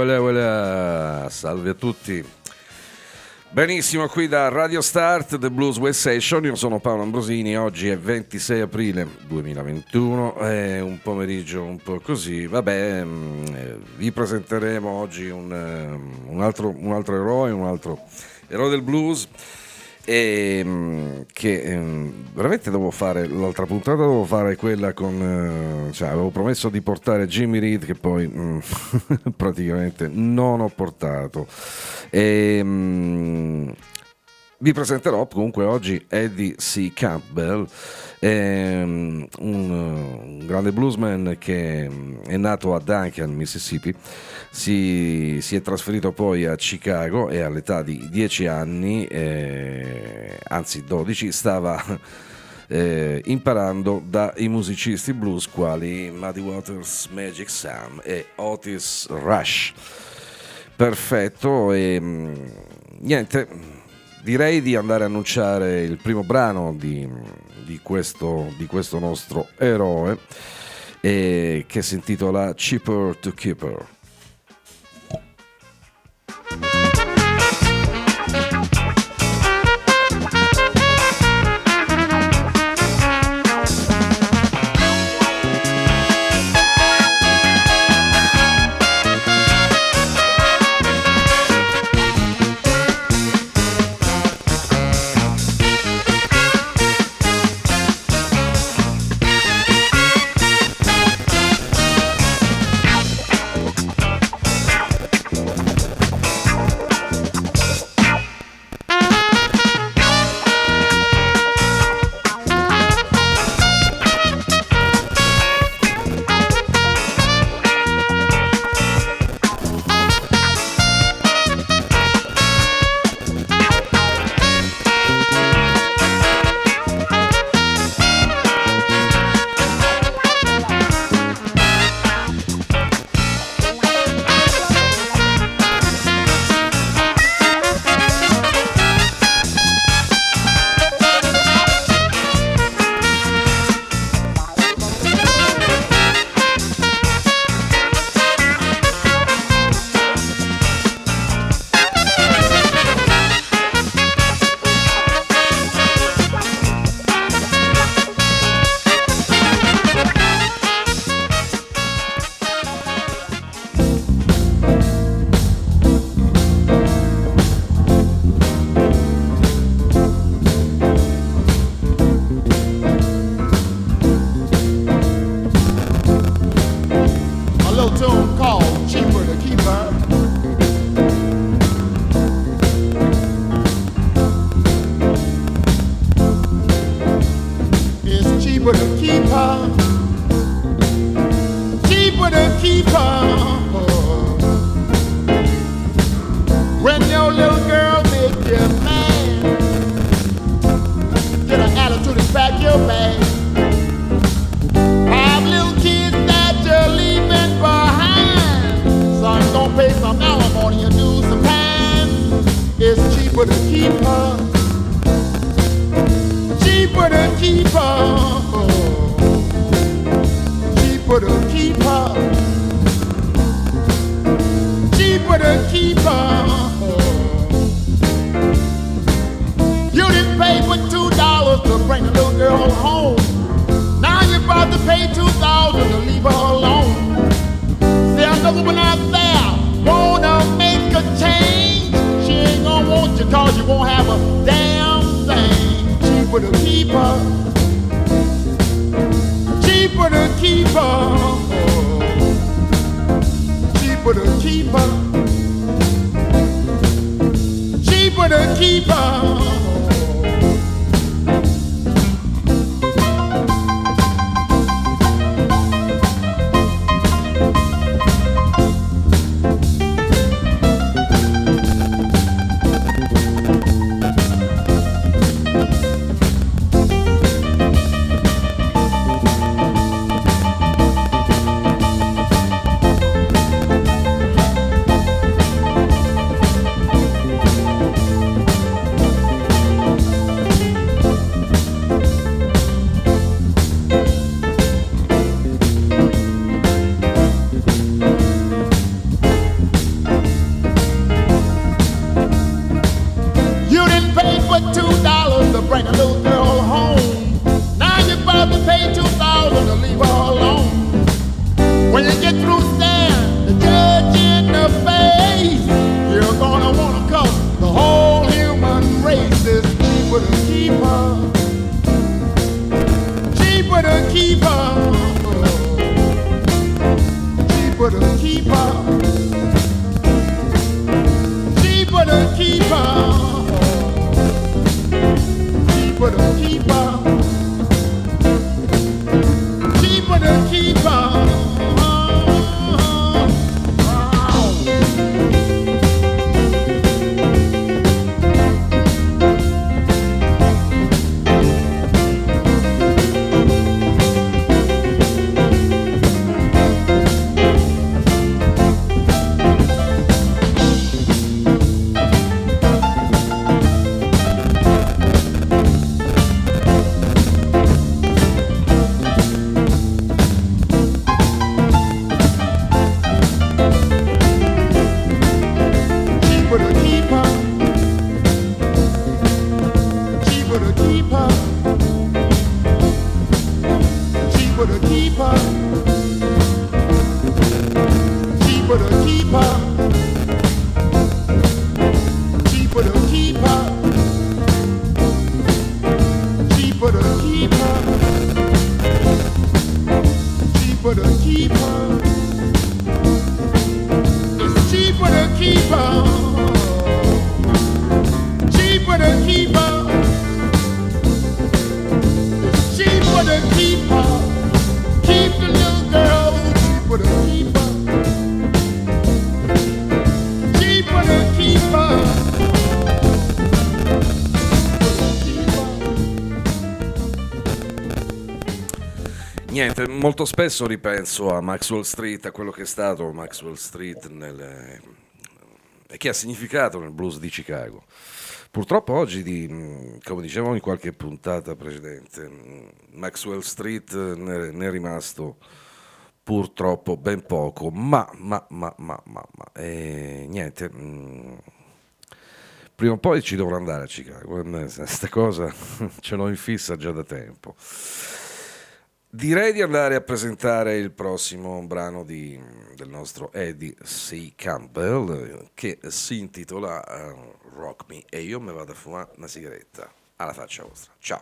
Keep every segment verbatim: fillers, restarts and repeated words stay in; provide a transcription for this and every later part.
voilà, voilà. Salve a tutti. Benissimo, qui da Radio Start, The Blues West Station, io sono Paolo Ambrosini, oggi è ventisei aprile duemilaventuno, è un pomeriggio un po' così, vabbè, vi presenteremo oggi un, un, altro, un altro eroe, un altro eroe del blues, e che veramente devo fare, l'altra puntata devo fare quella con, cioè avevo promesso di portare Jimmy Reed, che poi mh, praticamente non ho portato, e mh, vi presenterò comunque oggi Eddie C. Campbell, um, un, un grande bluesman che è nato a Duncan, Mississippi. Si, si è trasferito poi a Chicago e all'età di dieci anni, eh, anzi dodici, stava eh, imparando dai musicisti blues quali Muddy Waters, Magic Sam e Otis Rush. Perfetto, e niente, direi di andare a annunciare il primo brano di, di, questo, di questo nostro eroe, eh, che si intitola Cheaper to Keeper. cheaper to keep her, cheaper to keep her, cheaper to keep her, cheaper to keep her. It's cheaper to keep her, cheaper to keep her. It's cheaper to keep her, keep the little girl, cheaper to keep her. Niente, molto spesso ripenso a Maxwell Street, a quello che è stato Maxwell Street nel, e che ha significato nel blues di Chicago. Purtroppo oggi, di, come dicevamo in qualche puntata precedente, Maxwell Street ne, ne è rimasto purtroppo ben poco, ma, ma, ma, ma, ma, ma e niente, mh, prima o poi ci dovrò andare a Chicago, questa cosa ce l'ho in fissa già da tempo. Direi di andare a presentare il prossimo brano di, del nostro Eddie C. Campbell, che si intitola uh, Rock Me, e io me vado a fumare una sigaretta. Alla faccia vostra, ciao.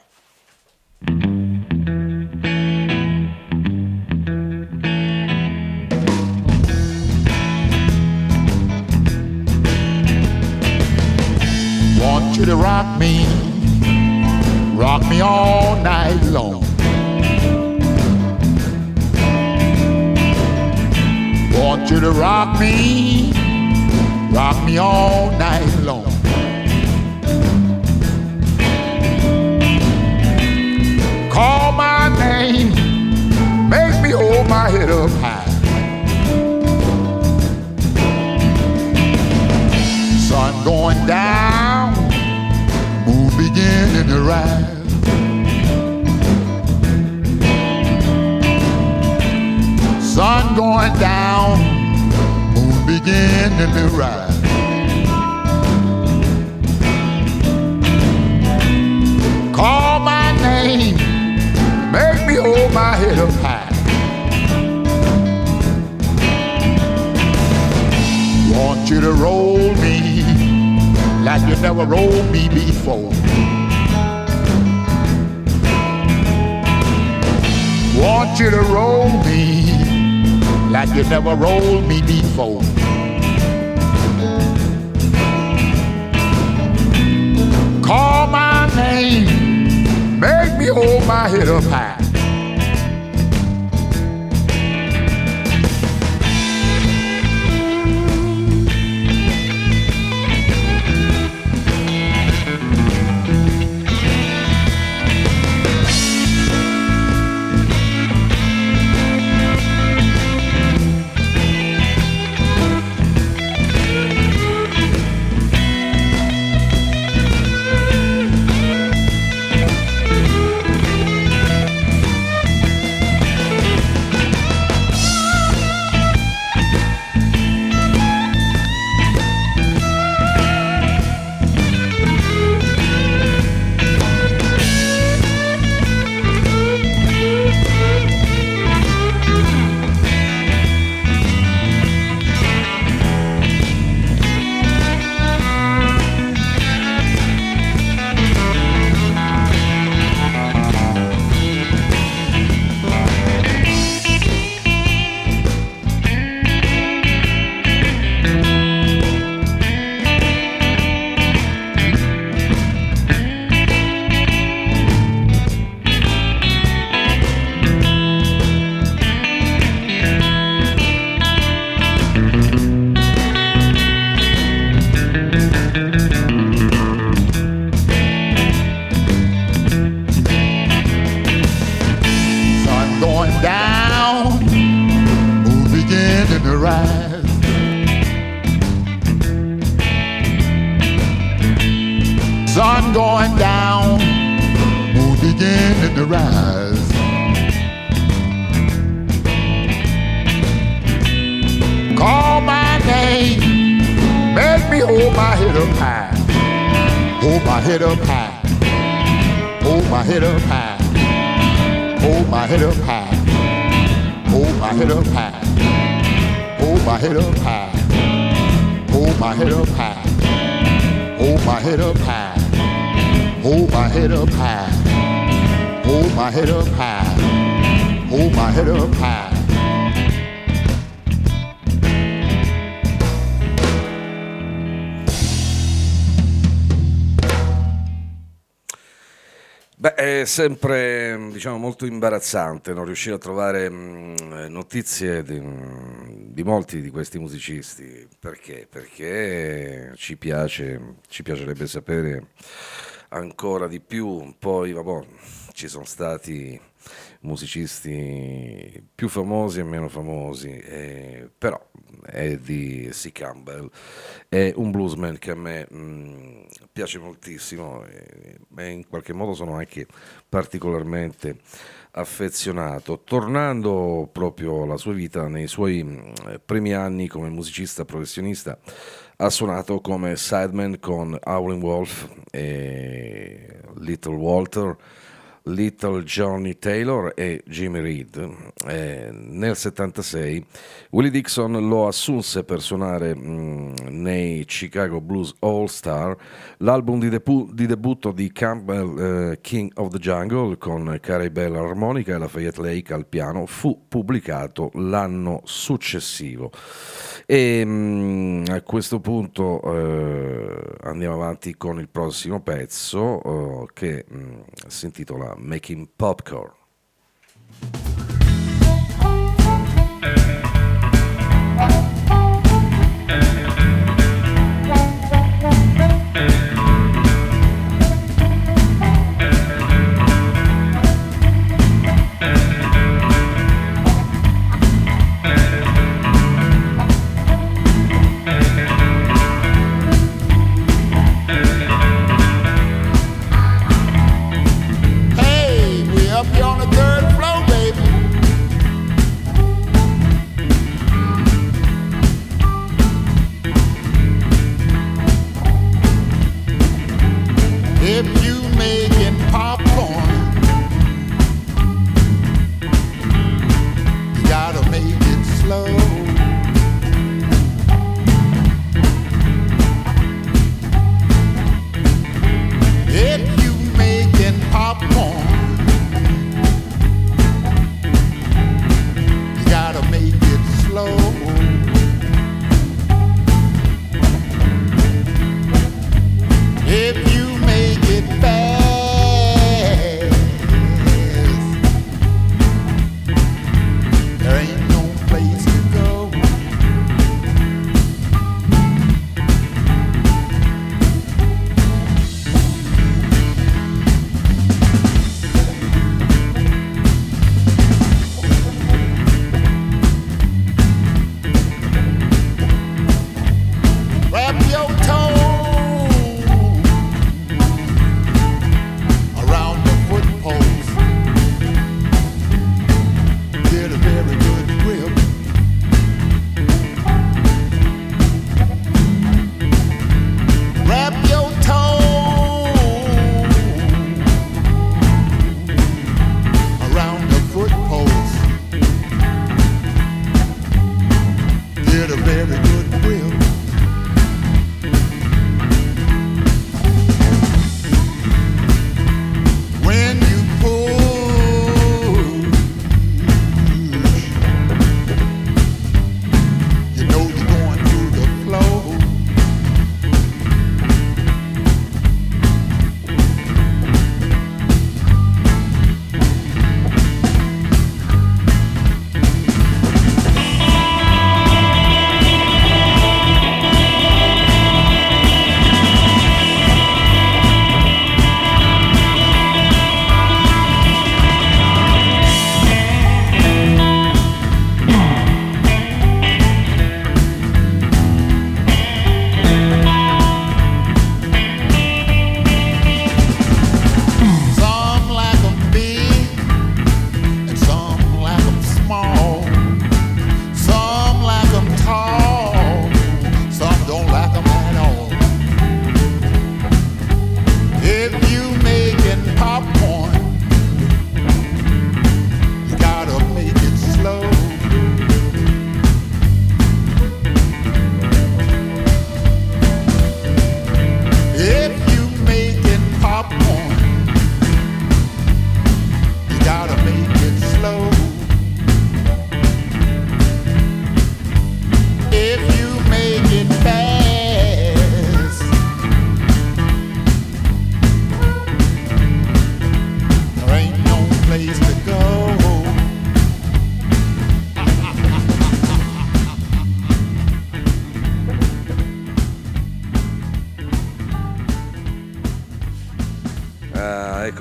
Want you to rock me, rock me all night long. Want you to rock me, rock me all night long. Call my name, make me hold my head up high. Sun going down, moon beginning to rise. Sun going down, moon beginning to rise. Call my name, make me hold my head up high. Want you to roll me like you never rolled me before. Want you to roll me like you never rolled me before. Call my name, make me hold my head up high. Sun going down, moon beginning to rise. Call my name, make me hold my head up high. Hold my head up high. Hold my head up high. Hold my head up high. Hold my head up high. hold my head up high, hold my head up high, hold my head up high, hold my head up high, hold my head up high, hold my head up high. Beh, è sempre, diciamo, molto imbarazzante non riuscire a trovare mh, notizie di, di molti di questi musicisti. Perché? Perché ci piace, ci piacerebbe sapere ancora di più. Poi, vabbè, ci sono stati musicisti più famosi e meno famosi, eh, però Eddie C. Campbell è un bluesman che a me mh, piace moltissimo e, e in qualche modo sono anche particolarmente affezionato. Tornando proprio alla sua vita, nei suoi mh, primi anni come musicista professionista ha suonato come sideman con Howlin' Wolf e Little Walter, Little Johnny Taylor e Jimmy Reed. Eh, nel settantasei Willie Dixon lo assunse per suonare mh, nei Chicago Blues All Star, l'album di, debu- di debutto di Campbell, eh, King of the Jungle, con Carey Bell all'armonica e Lafayette Lake al piano, fu pubblicato l'anno successivo. E mh, a questo punto eh, andiamo avanti con il prossimo pezzo eh, che mh, si intitola Making Popcorn.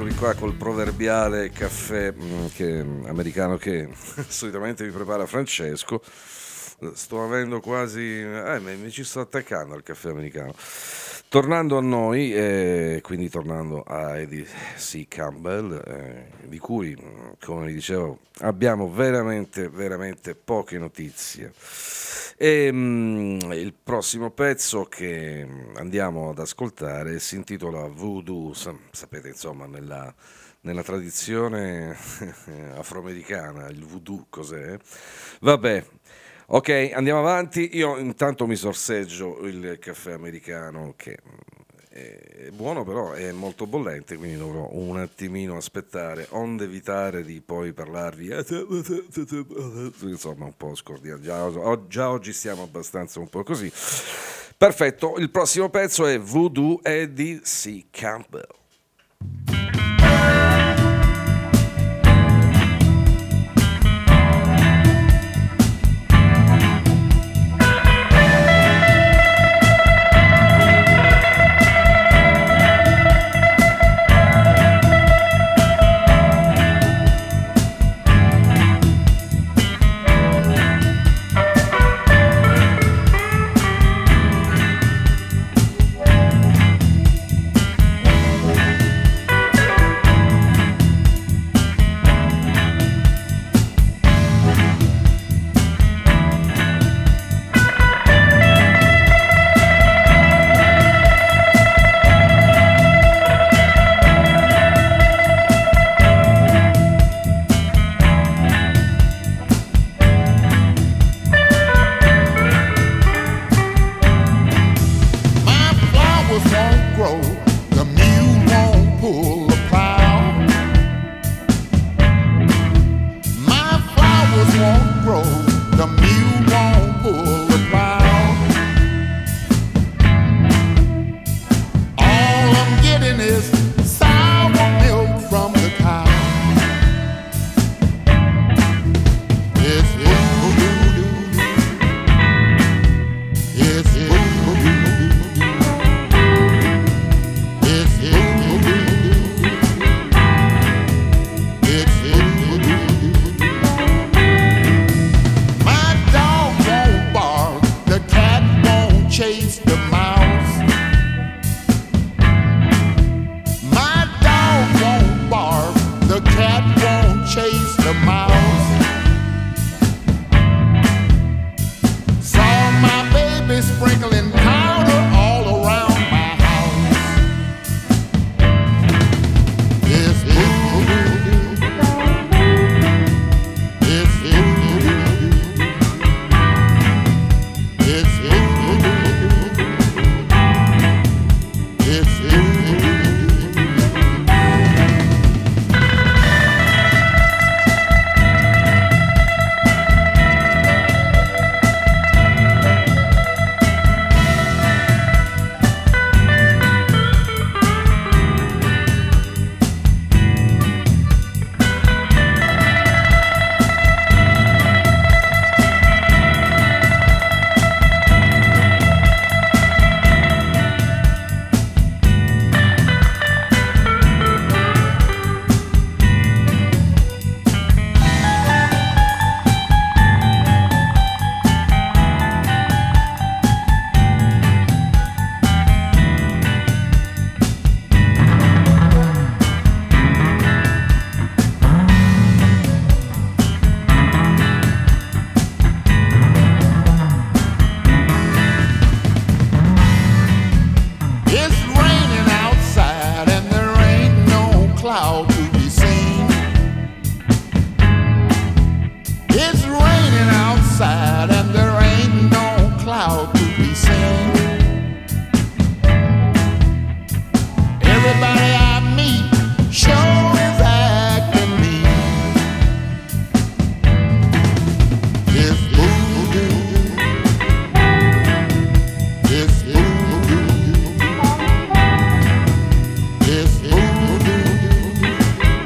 Eccomi qua col proverbiale caffè mh, che, americano che solitamente mi prepara Francesco. Sto avendo quasi... Eh, mi ci sto attaccando al caffè americano. Tornando a noi, eh, quindi tornando a Eddie C. Campbell, eh, di cui, come vi dicevo, abbiamo veramente, veramente poche notizie. E mh, il prossimo pezzo che andiamo ad ascoltare si intitola Voodoo. Sapete, insomma, nella, nella tradizione afroamericana il voodoo cos'è? Vabbè. Ok, andiamo avanti. Io intanto mi sorseggio il caffè americano che è buono, però è molto bollente, quindi dovrò un attimino aspettare, onde evitare di poi parlarvi insomma un po' scordiamo. Già, già oggi stiamo abbastanza un po' così. Perfetto, il prossimo pezzo è Voodoo Eddie C. Campbell.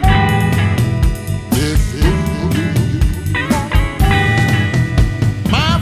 My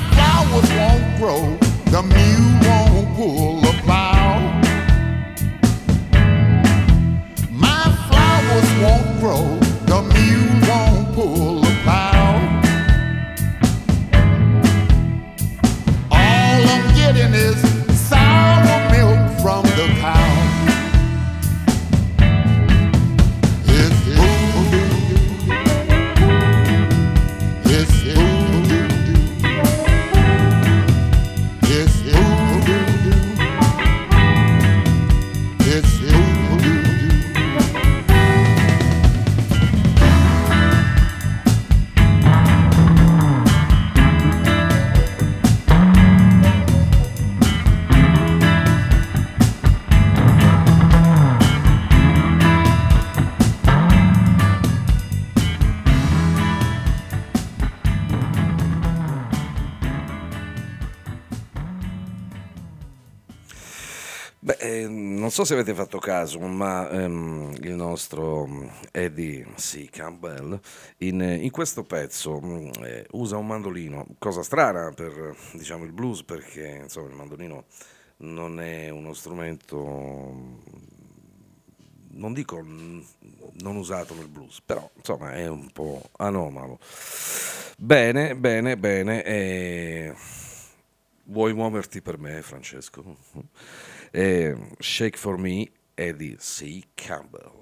eh, non so se avete fatto caso, ma ehm, il nostro Eddie C. Campbell in, in questo pezzo eh, usa un mandolino, cosa strana per, diciamo, il blues, perché insomma il mandolino non è uno strumento, non dico non usato nel blues, però insomma è un po' anomalo. Bene, bene, bene. Eh, vuoi muoverti per me, Francesco? Eh, Shake for Me, Eddie C. Campbell.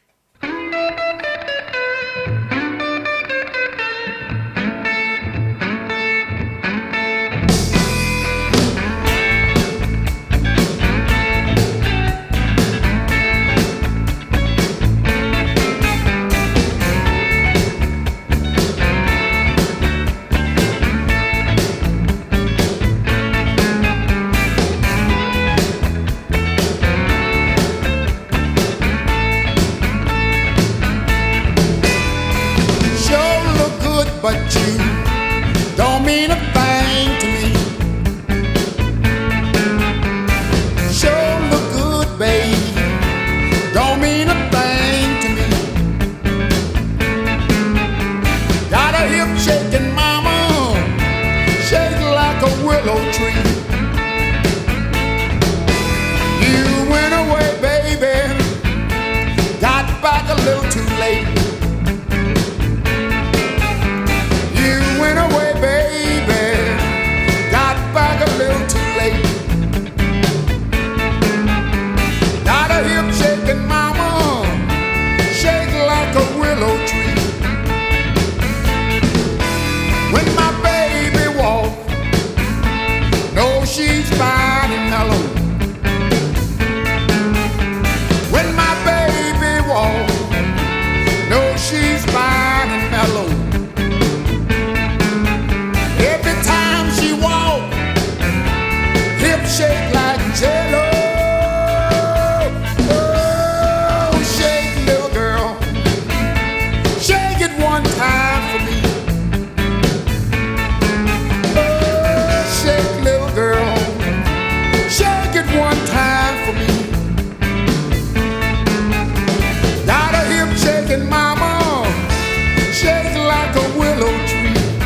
But you don't mean a thing to me. Sure look good, babe. Don't mean a thing to me. Got a hip shaking mama, shake like a willow tree. You went away, baby, got back a little too late. She's fine and mellow. When my baby walks, no, she's fine and mellow. Every time she walks, hips shake like jello. Oh, shake, little girl, shake it one time for me. One time for me. Got a hip shaking mama, shake like a willow tree.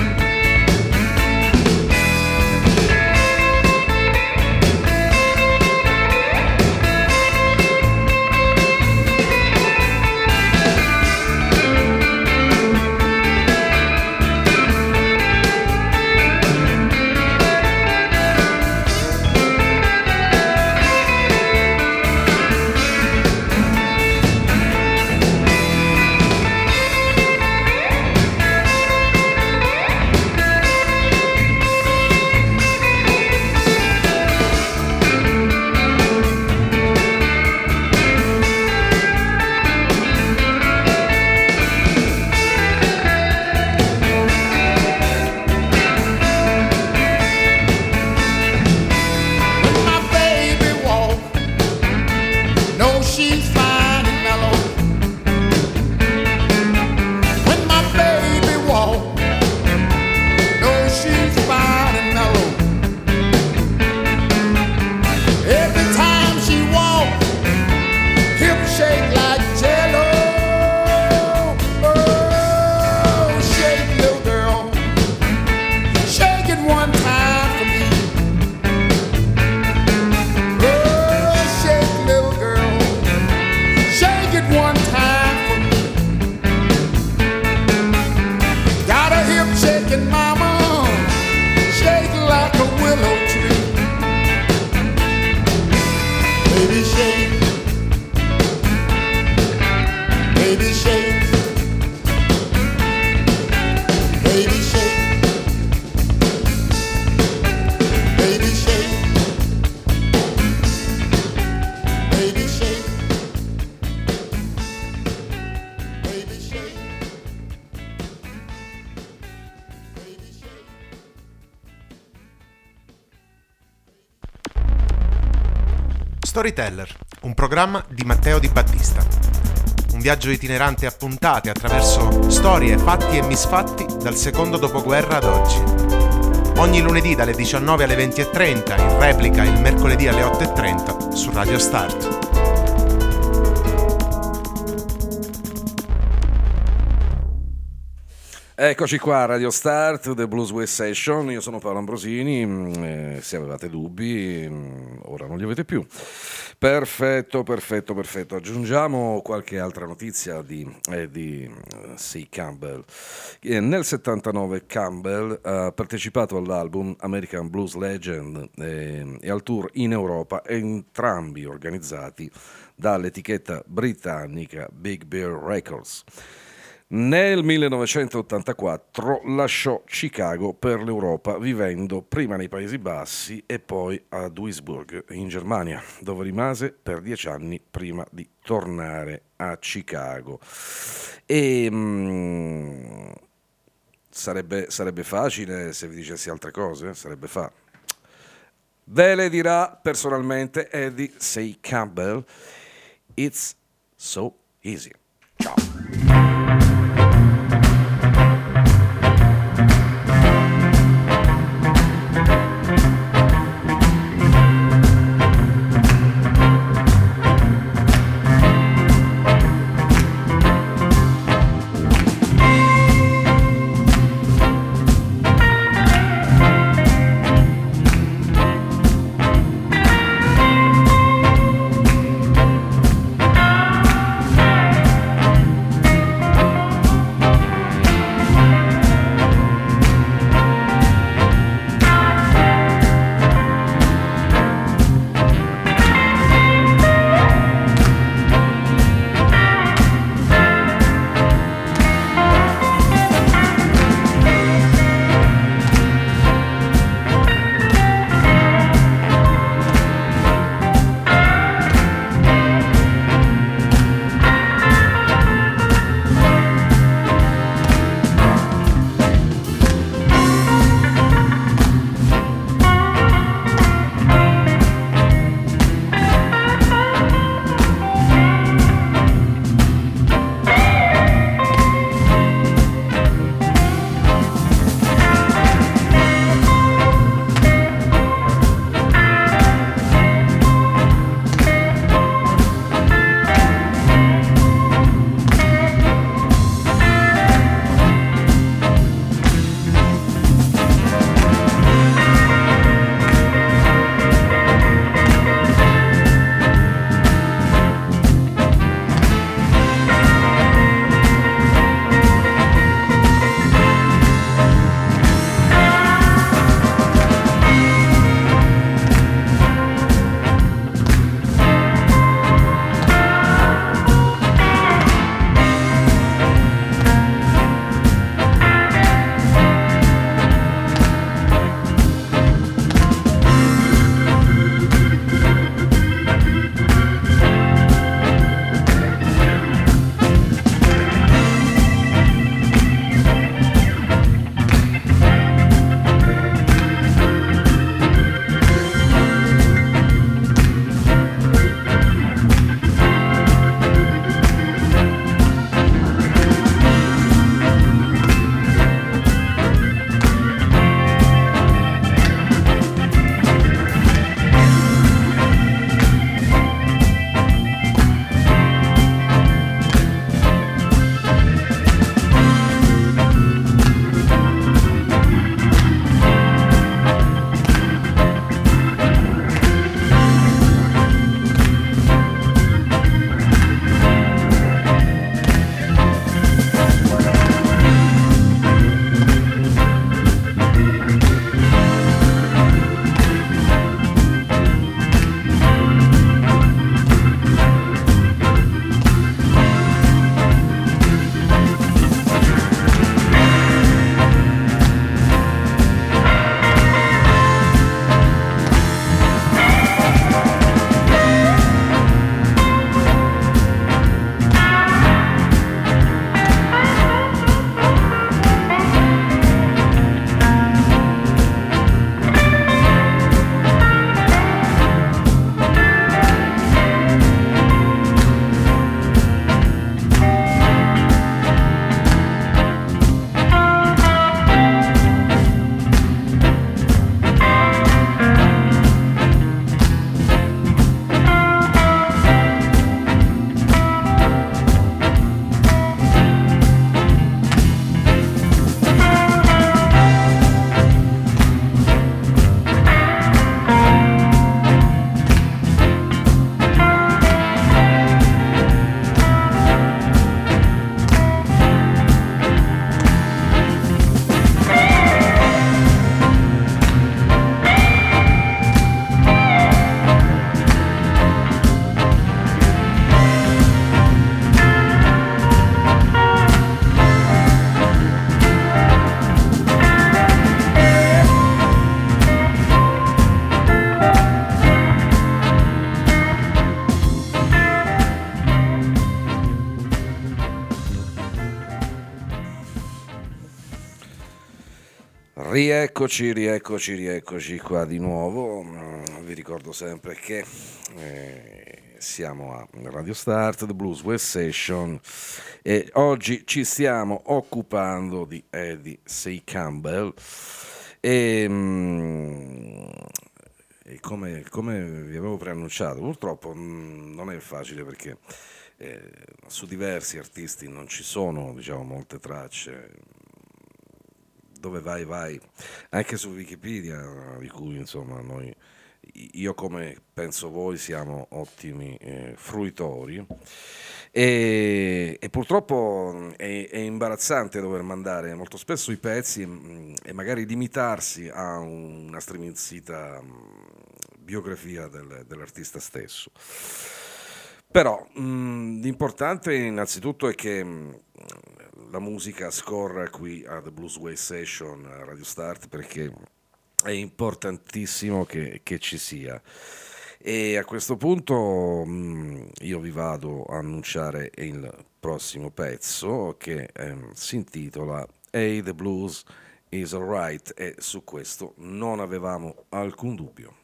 Storyteller, un programma di Matteo Di Battista. Un viaggio itinerante a puntate attraverso storie, fatti e misfatti dal secondo dopoguerra ad oggi. ogni lunedì dalle diciannove alle venti e trenta, in replica il mercoledì alle otto e trenta su Radio Start. Eccoci qua, Radio Start, The Blues West Session. Io sono Paolo Ambrosini. Eh, se avevate dubbi, ora non li avete più. Perfetto, perfetto, perfetto. Aggiungiamo qualche altra notizia di, eh, di uh, C. Campbell. Eh, nel settantanove Campbell ha partecipato all'album American Blues Legend eh, e al tour in Europa, entrambi organizzati dall'etichetta britannica Big Bear Records. Nel millenovecentottantaquattro lasciò Chicago per l'Europa, vivendo prima nei Paesi Bassi e poi a Duisburg in Germania, dove rimase per dieci anni prima di tornare a Chicago. E mm, sarebbe, sarebbe facile se vi dicessi altre cose, sarebbe fa. Ve le dirà personalmente Eddie C. Campbell. It's so easy. Ciao. Rieccoci, rieccoci, rieccoci qua di nuovo. Vi ricordo sempre che eh, siamo a Radio Start, The Blues West Session, e oggi ci stiamo occupando di Eddie C. Campbell e, mm, e come, come vi avevo preannunciato, purtroppo mm, non è facile perché eh, su diversi artisti non ci sono, diciamo, molte tracce. Dove vai vai, anche su Wikipedia, di cui insomma noi, io come penso voi, siamo ottimi eh, fruitori, e, e purtroppo è, è imbarazzante dover mandare molto spesso i pezzi mh, e magari limitarsi a una striminzita mh, biografia del, dell'artista stesso. Però mh, l'importante innanzitutto è che mh, la musica scorra qui a The Blues Way Session a Radio Start, perché è importantissimo che, che ci sia. E a questo punto mh, io vi vado a annunciare il prossimo pezzo che ehm, si intitola Hey, the Blues is Alright, e su questo non avevamo alcun dubbio.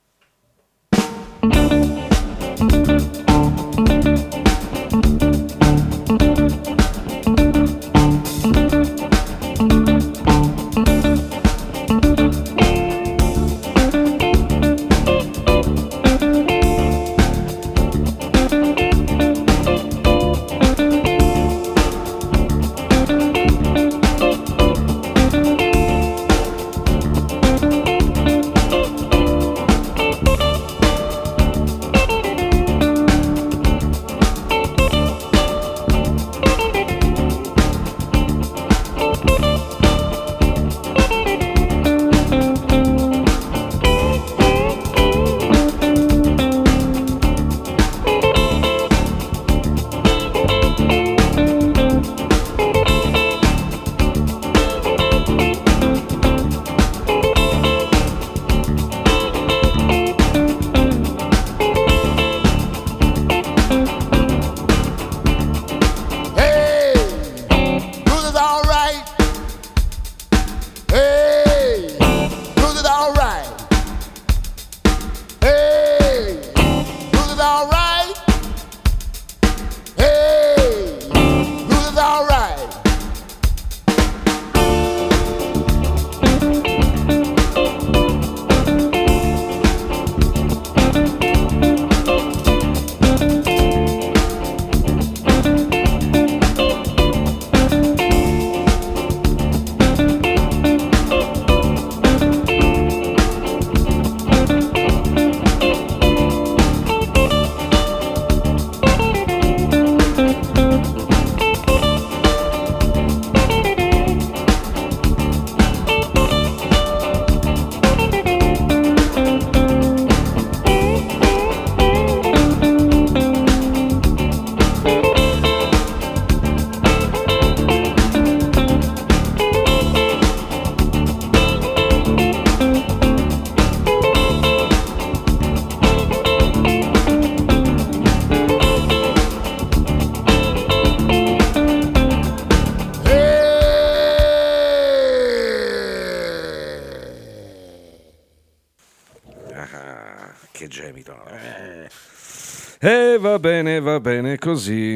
E va bene, va bene così.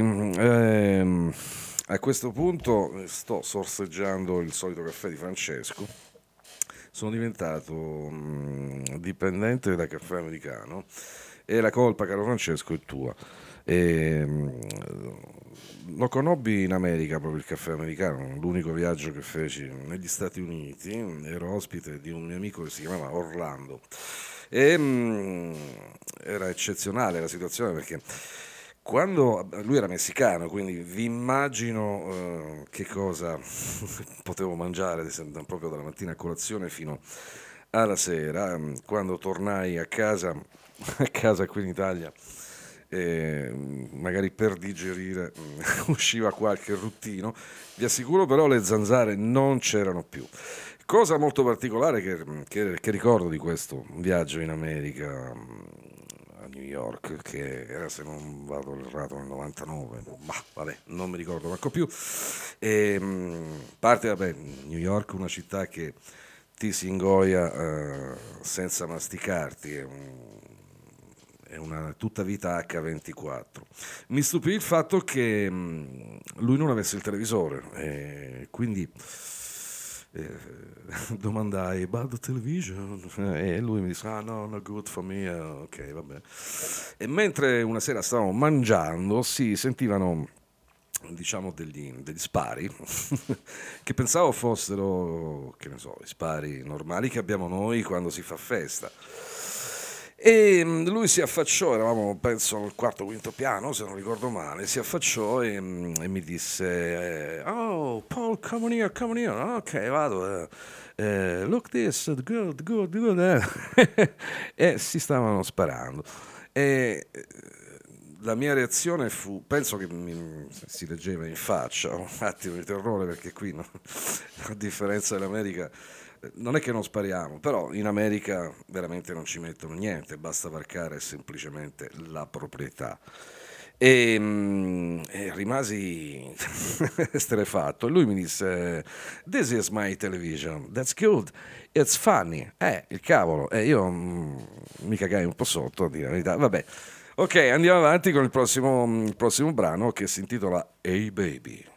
Ehm, a questo punto sto sorseggiando il solito caffè di Francesco. Sono diventato mh, dipendente da caffè americano e la colpa, caro Francesco, è tua. E, mh, lo conobbi in America proprio il caffè americano, l'unico viaggio che feci negli Stati Uniti. Ero ospite di un mio amico che si chiamava Orlando. E mh, era eccezionale la situazione, perché quando lui era messicano, quindi vi immagino uh, che cosa potevo mangiare proprio dalla mattina a colazione fino alla sera. Quando tornai a casa, a casa qui in Italia, eh, magari per digerire usciva qualche ruttino. Vi assicuro però le zanzare non c'erano più. Cosa molto particolare che, che, che ricordo di questo viaggio in America, a New York, che era, se non vado errato, nel novantanove, ma vabbè, non mi ricordo manco più. E, parte, vabbè, New York, una città che ti si ingoia eh, senza masticarti, è, un, è una tutta vita acca ventiquattro. Mi stupì il fatto che mh, lui non avesse il televisore, e quindi eh, domandai about the television e lui mi disse ah no, not good for me, ok vabbè. E mentre una sera stavamo mangiando si sentivano, diciamo, degli, degli spari che pensavo fossero, che ne so, i spari normali che abbiamo noi quando si fa festa. E lui si affacciò, eravamo penso al quarto o quinto piano se non ricordo male, si affacciò e, e mi disse eh, oh Paul, come on here, come on here. Ok, vado, eh, eh, look this, good, good, good, eh. E si stavano sparando e la mia reazione fu, penso che mi, si leggeva in faccia un attimo di terrore, perché qui no, a differenza dell'America non è che non spariamo, però in America veramente non ci mettono niente, basta varcare semplicemente la proprietà. E, e rimasi esterrefatto. Lui mi disse this is my television, that's good, it's funny. Eh, il cavolo, e eh, io mm, mi cagai un po' sotto, a dire la verità. Vabbè, ok, andiamo avanti con il prossimo, il prossimo brano, che si intitola Hey Baby.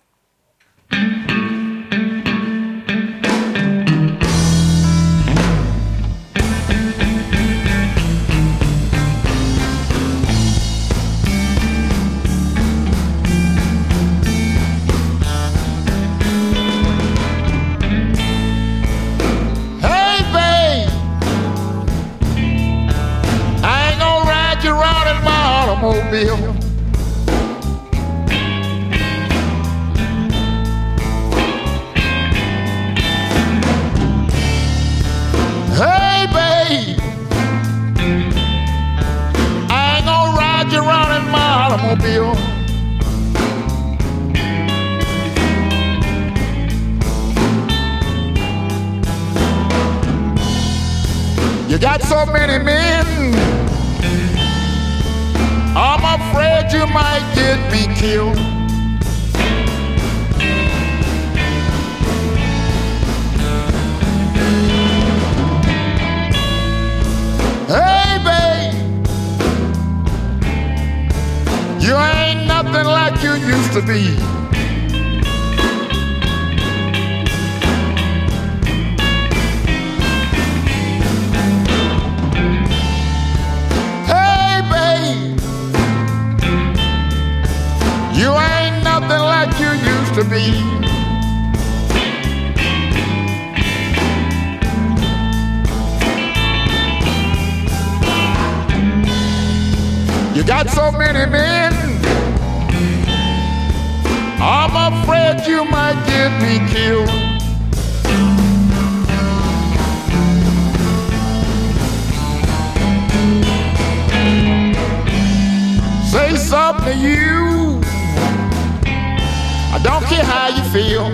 Automobile. Hey babe, I ain't gonna ride you around in my automobile. You got so many men, I'm afraid you might get me killed. Hey babe, you ain't nothing like you used to be. You ain't nothing like you used to be. You got so many men, I'm afraid you might get me killed. Say something to you, I don't care how you feel.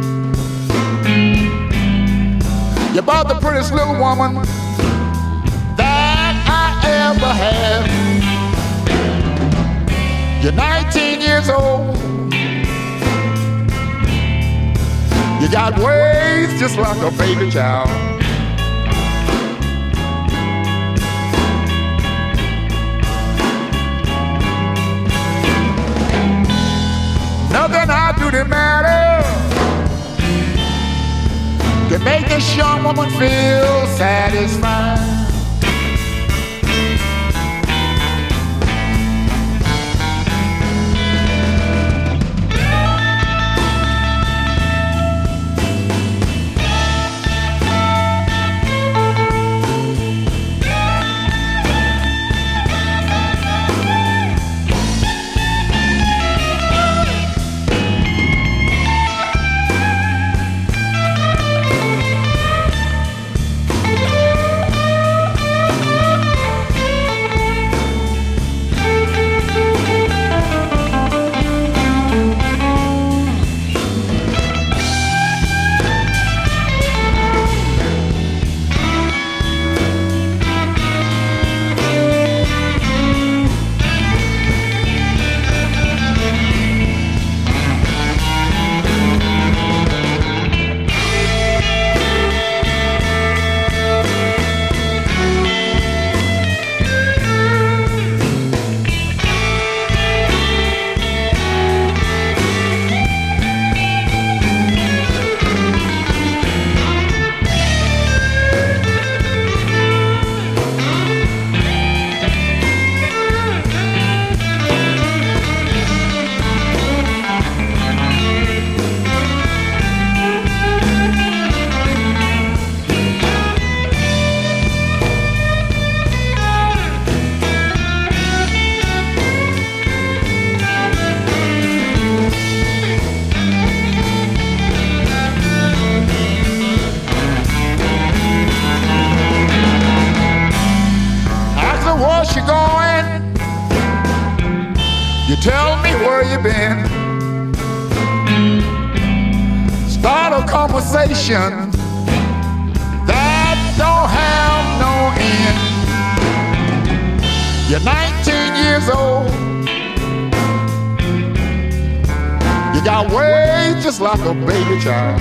You're about the prettiest little woman that I ever had. You're nineteen years old. You got ways just like a baby child. Nothing I do that matter to make this young woman feel satisfied. conversation that don't have no end. You're nineteen years old. You got ways just like a baby child.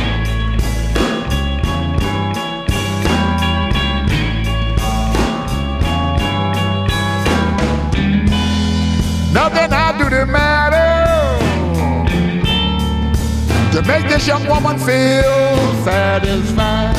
Nothing I do that matter to make this young woman feel satisfied.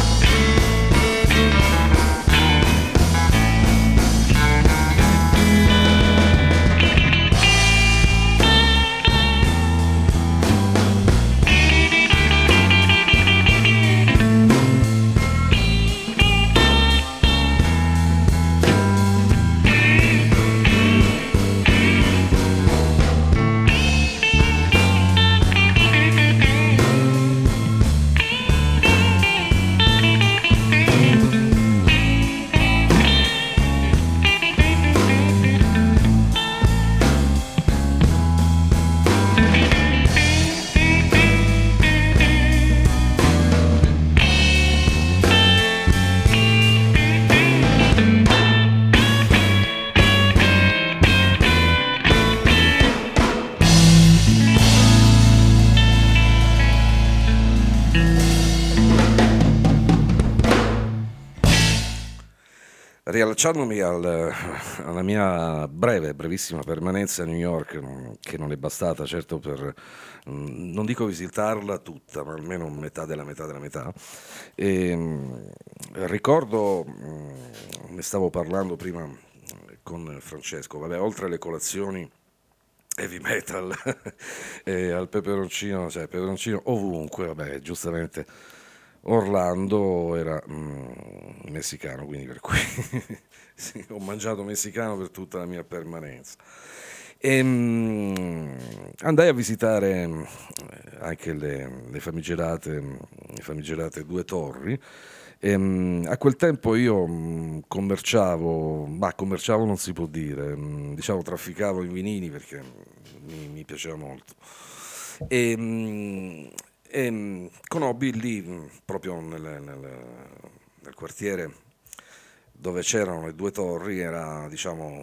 Riallacciandomi al, alla mia breve, brevissima permanenza a New York, che non è bastata certo per, non dico visitarla tutta, ma almeno metà della metà della metà, e, ricordo, ne stavo parlando prima con Francesco, vabbè, oltre alle colazioni heavy metal e al peperoncino, cioè peperoncino ovunque, vabbè, giustamente Orlando era mm, messicano, quindi per cui sì, ho mangiato messicano per tutta la mia permanenza. E, mm, andai a visitare mm, anche le, le famigerate, le famigerate Due Torri. E, mm, a quel tempo io mm, commerciavo, ma commerciavo non si può dire, mm, diciamo trafficavo in vinili perché mi, mi piaceva molto. E, mm, E conobbi lì, proprio nel, nel, nel quartiere dove c'erano le Due Torri, era diciamo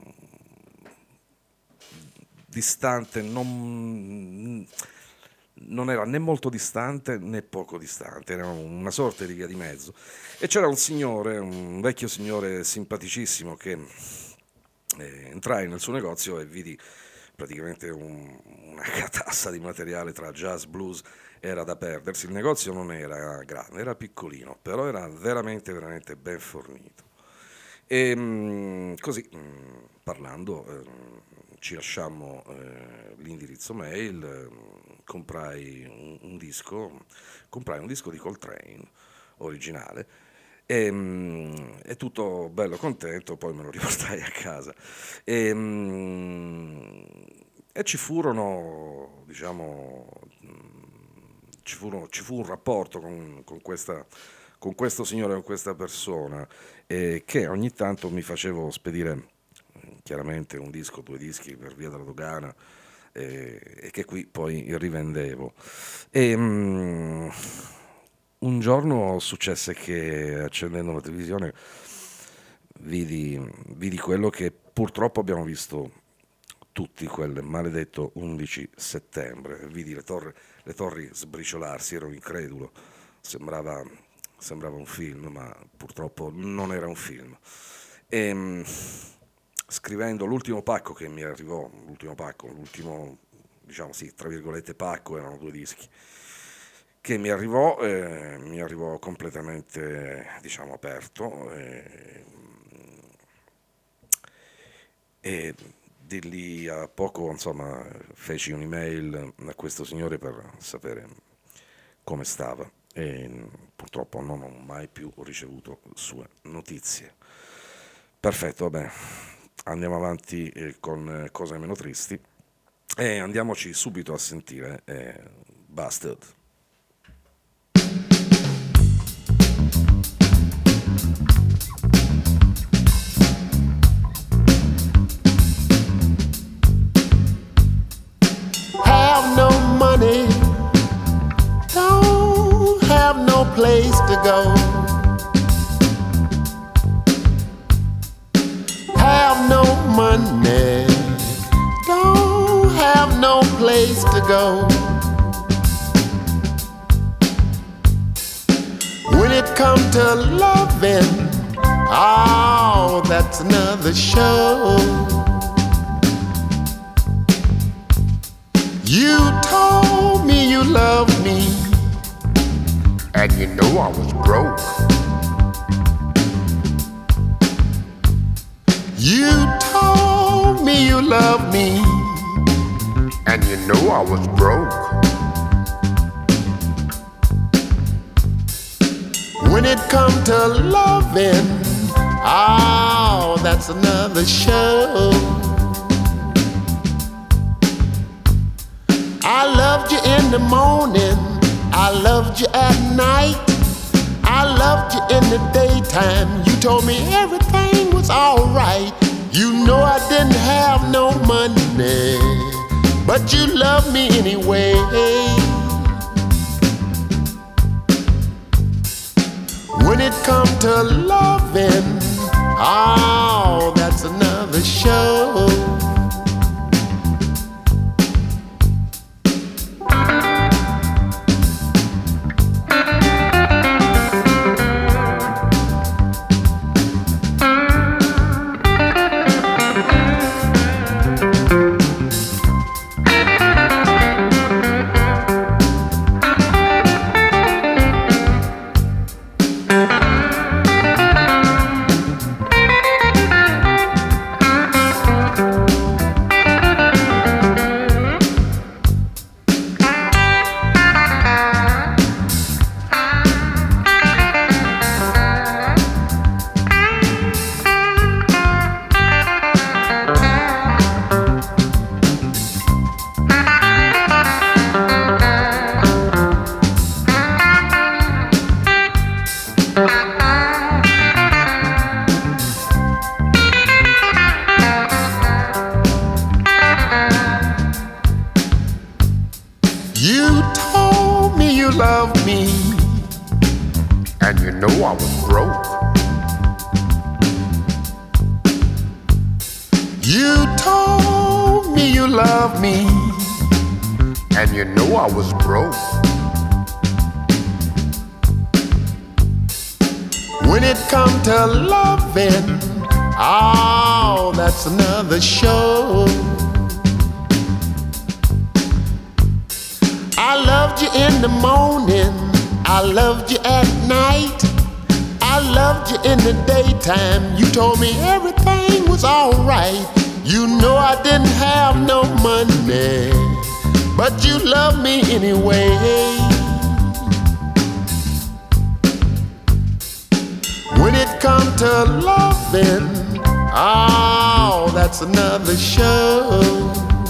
distante, non, non era né molto distante né poco distante, era una sorta di via di mezzo. E c'era un signore, un vecchio signore simpaticissimo, che eh, entrai nel suo negozio e vidi praticamente un, una catassa di materiale tra jazz, blues, era da perdersi. Il negozio non era grande, era piccolino, però era veramente, veramente ben fornito. E mh, così, mh, parlando, eh, ci lasciammo eh, l'indirizzo mail, eh, comprai un, un disco, comprai un disco di Coltrane, originale, e, mh, e tutto bello contento, poi me lo riportai a casa. E, mh, e ci furono, diciamo, ci, furono, ci fu un rapporto con, con, questa, con questo signore, con questa persona, eh, che ogni tanto mi facevo spedire chiaramente un disco, due dischi per via della dogana, eh, e che qui poi rivendevo. E, mh, un giorno successe che, accendendo la televisione, vidi, vidi quello che purtroppo abbiamo visto tutti, quel maledetto undici settembre. Vidi le, torre, le torri sbriciolarsi, ero incredulo, sembrava, sembrava un film, ma purtroppo non era un film. E, mh, scrivendo l'ultimo pacco che mi arrivò, l'ultimo pacco, l'ultimo, diciamo sì, tra virgolette pacco, erano due dischi, che mi arrivò, eh, mi arrivò completamente, diciamo, aperto, eh, e di lì a poco, insomma, feci un'email a questo signore per sapere come stava, e purtroppo non ho mai più ricevuto sue notizie. Perfetto, vabbè, andiamo avanti eh, con cose meno tristi e andiamoci subito a sentire eh, Busted. Have no money, don't go. When it comes to loving, oh, that's another show. You told me you loved me, and you know I was broke. You told me you loved me, and you know I was broke. When it comes to loving, oh, that's another show. I loved you in the morning, I loved you at night, I loved you in the daytime. You told me everything was alright. You know I didn't have no money, but you loved me anyway. When it comes to loving, oh, that's another show. Show. I loved you in the morning, I loved you at night, I loved you in the daytime. You told me everything was alright. You know I didn't have no money, but you loved me anyway. When it comes to loving, oh, that's another show.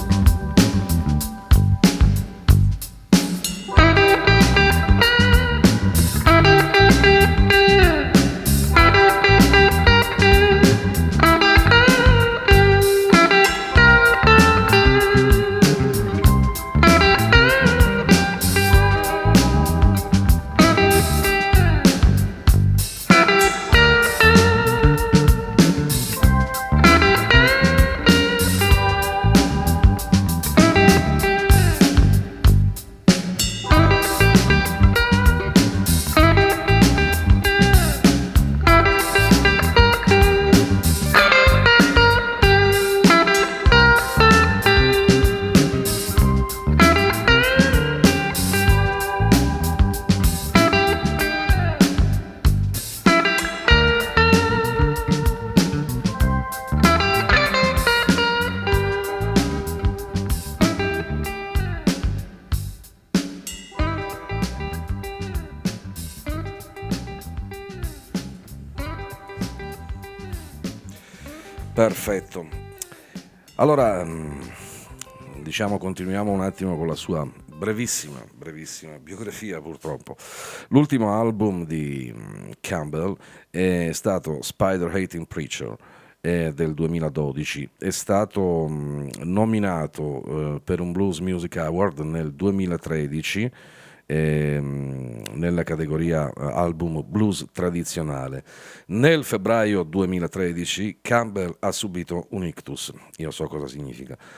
Perfetto. Allora, diciamo, continuiamo un attimo con la sua brevissima, brevissima biografia, purtroppo. L'ultimo album di Campbell è stato Spider Hating Preacher, è del duemiladodici, è stato mh, nominato eh, per un Blues Music Award nel duemilatredici ehm, nella categoria eh, album blues tradizionale. Nel febbraio duemilatredici Campbell ha subito un ictus, io so cosa significa,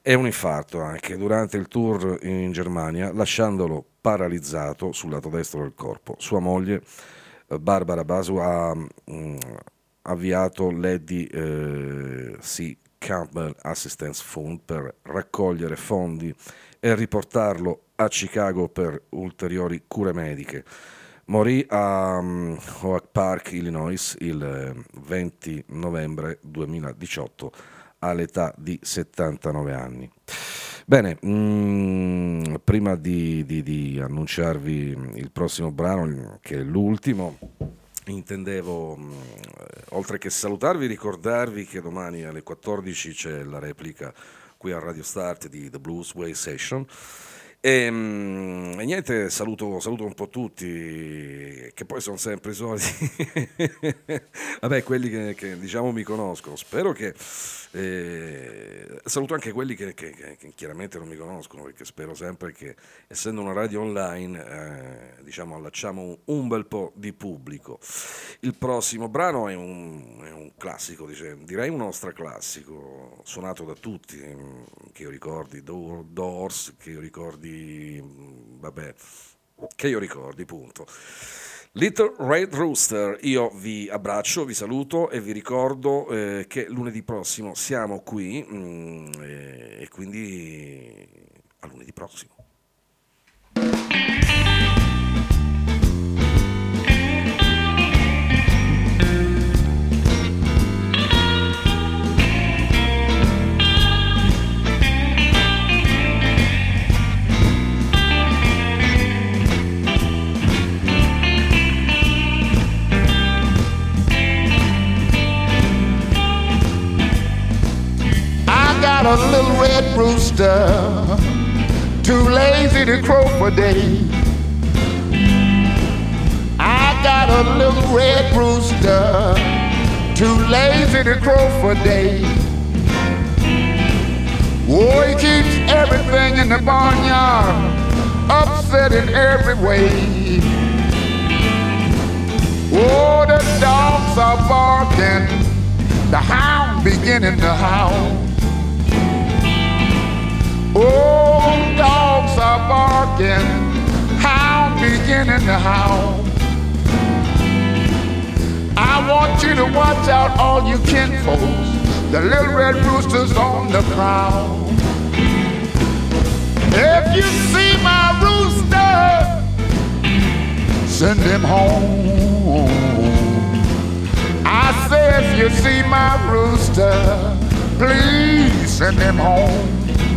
e un infarto anche durante il tour in Germania, lasciandolo paralizzato sul lato destro del corpo. Sua moglie, Barbara Basu, ha mh, avviato l'Eddie eh, C. Campbell Assistance Fund per raccogliere fondi e riportarlo a Chicago per ulteriori cure mediche. Morì a um, Oak Park, Illinois, il eh, venti novembre duemiladiciotto all'età di settantanove anni. Bene, mh, prima di, di, di annunciarvi il prossimo brano, che è l'ultimo, intendevo, mh, oltre che salutarvi, ricordarvi che domani alle quattordici c'è la replica qui a Radio Start di The Blues Way Session. E, mh, e niente, saluto, saluto un po' tutti, che poi sono sempre i soliti. Vabbè, quelli che, che diciamo mi conoscono. Spero che eh, saluto anche quelli che, che, che, che chiaramente non mi conoscono, perché spero sempre che, essendo una radio online, eh, diciamo allacciamo un, un bel po' di pubblico. Il prossimo brano è un, è un classico, dice, direi uno straclassico, suonato da tutti, che io ricordi, Doors, che io ricordi, vabbè, che io ricordi, punto. Little Red Rooster. Io vi abbraccio, vi saluto e vi ricordo eh, che lunedì prossimo siamo qui, mh, e, e quindi a lunedì prossimo. Got a little red rooster, too lazy to crow for day. I got a little red rooster, too lazy to crow for day. Oh, he keeps everything in the barnyard upset in every way. Oh, the dogs are barking, the hound beginning to howl. Oh, dogs are barking, hound beginning to howl. I want you to watch out, all you kinfolks, the little red rooster's on the prowl. If you see my rooster, send him home. I say if you see my rooster, please send him home.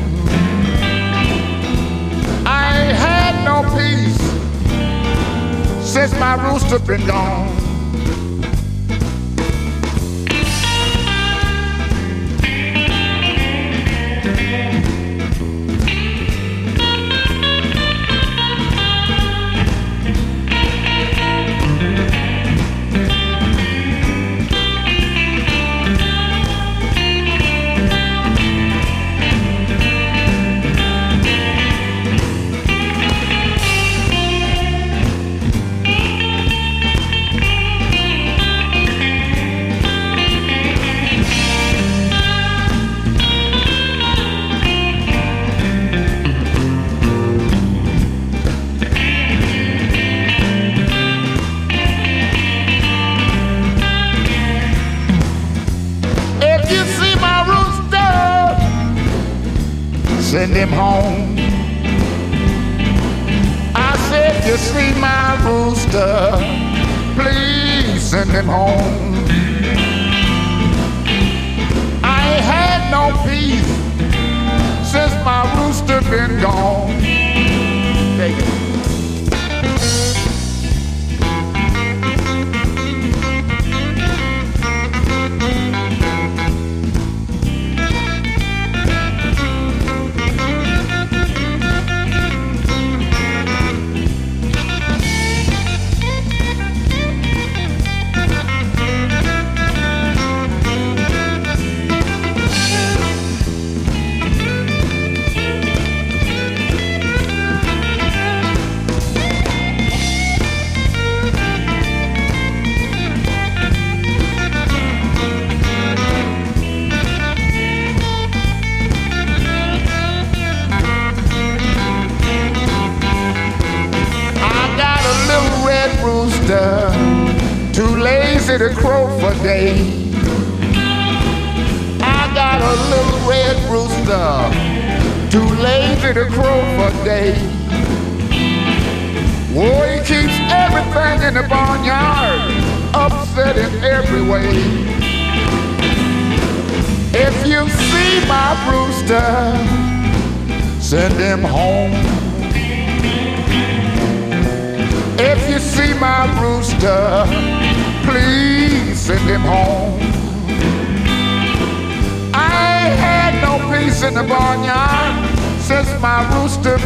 I ain't had no peace since my rooster been gone. Send him home. I said, you see my rooster, please send him home. I ain't had no peace since my rooster been gone. Take it. too lazy to crow for days. I got a little red rooster, too lazy to crow for days. Oh, he keeps everything in the barnyard upset in every way. If you see my rooster, send him home. If you see my rooster, please send him home. I ain't had no peace in the barnyard since my rooster